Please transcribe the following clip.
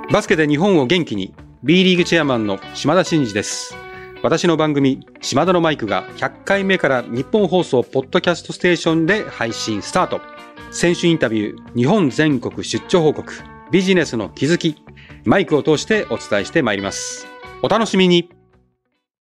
バスケで日本を元気に B リーグチェアマンの島田真二です。私の番組島田のマイクが100回目から日本放送ポッドキャストステーションで配信スタート。選手インタビュー、日本全国出張報告、ビジネスの気づき、マイクを通してお伝えしてまいります。お楽しみに。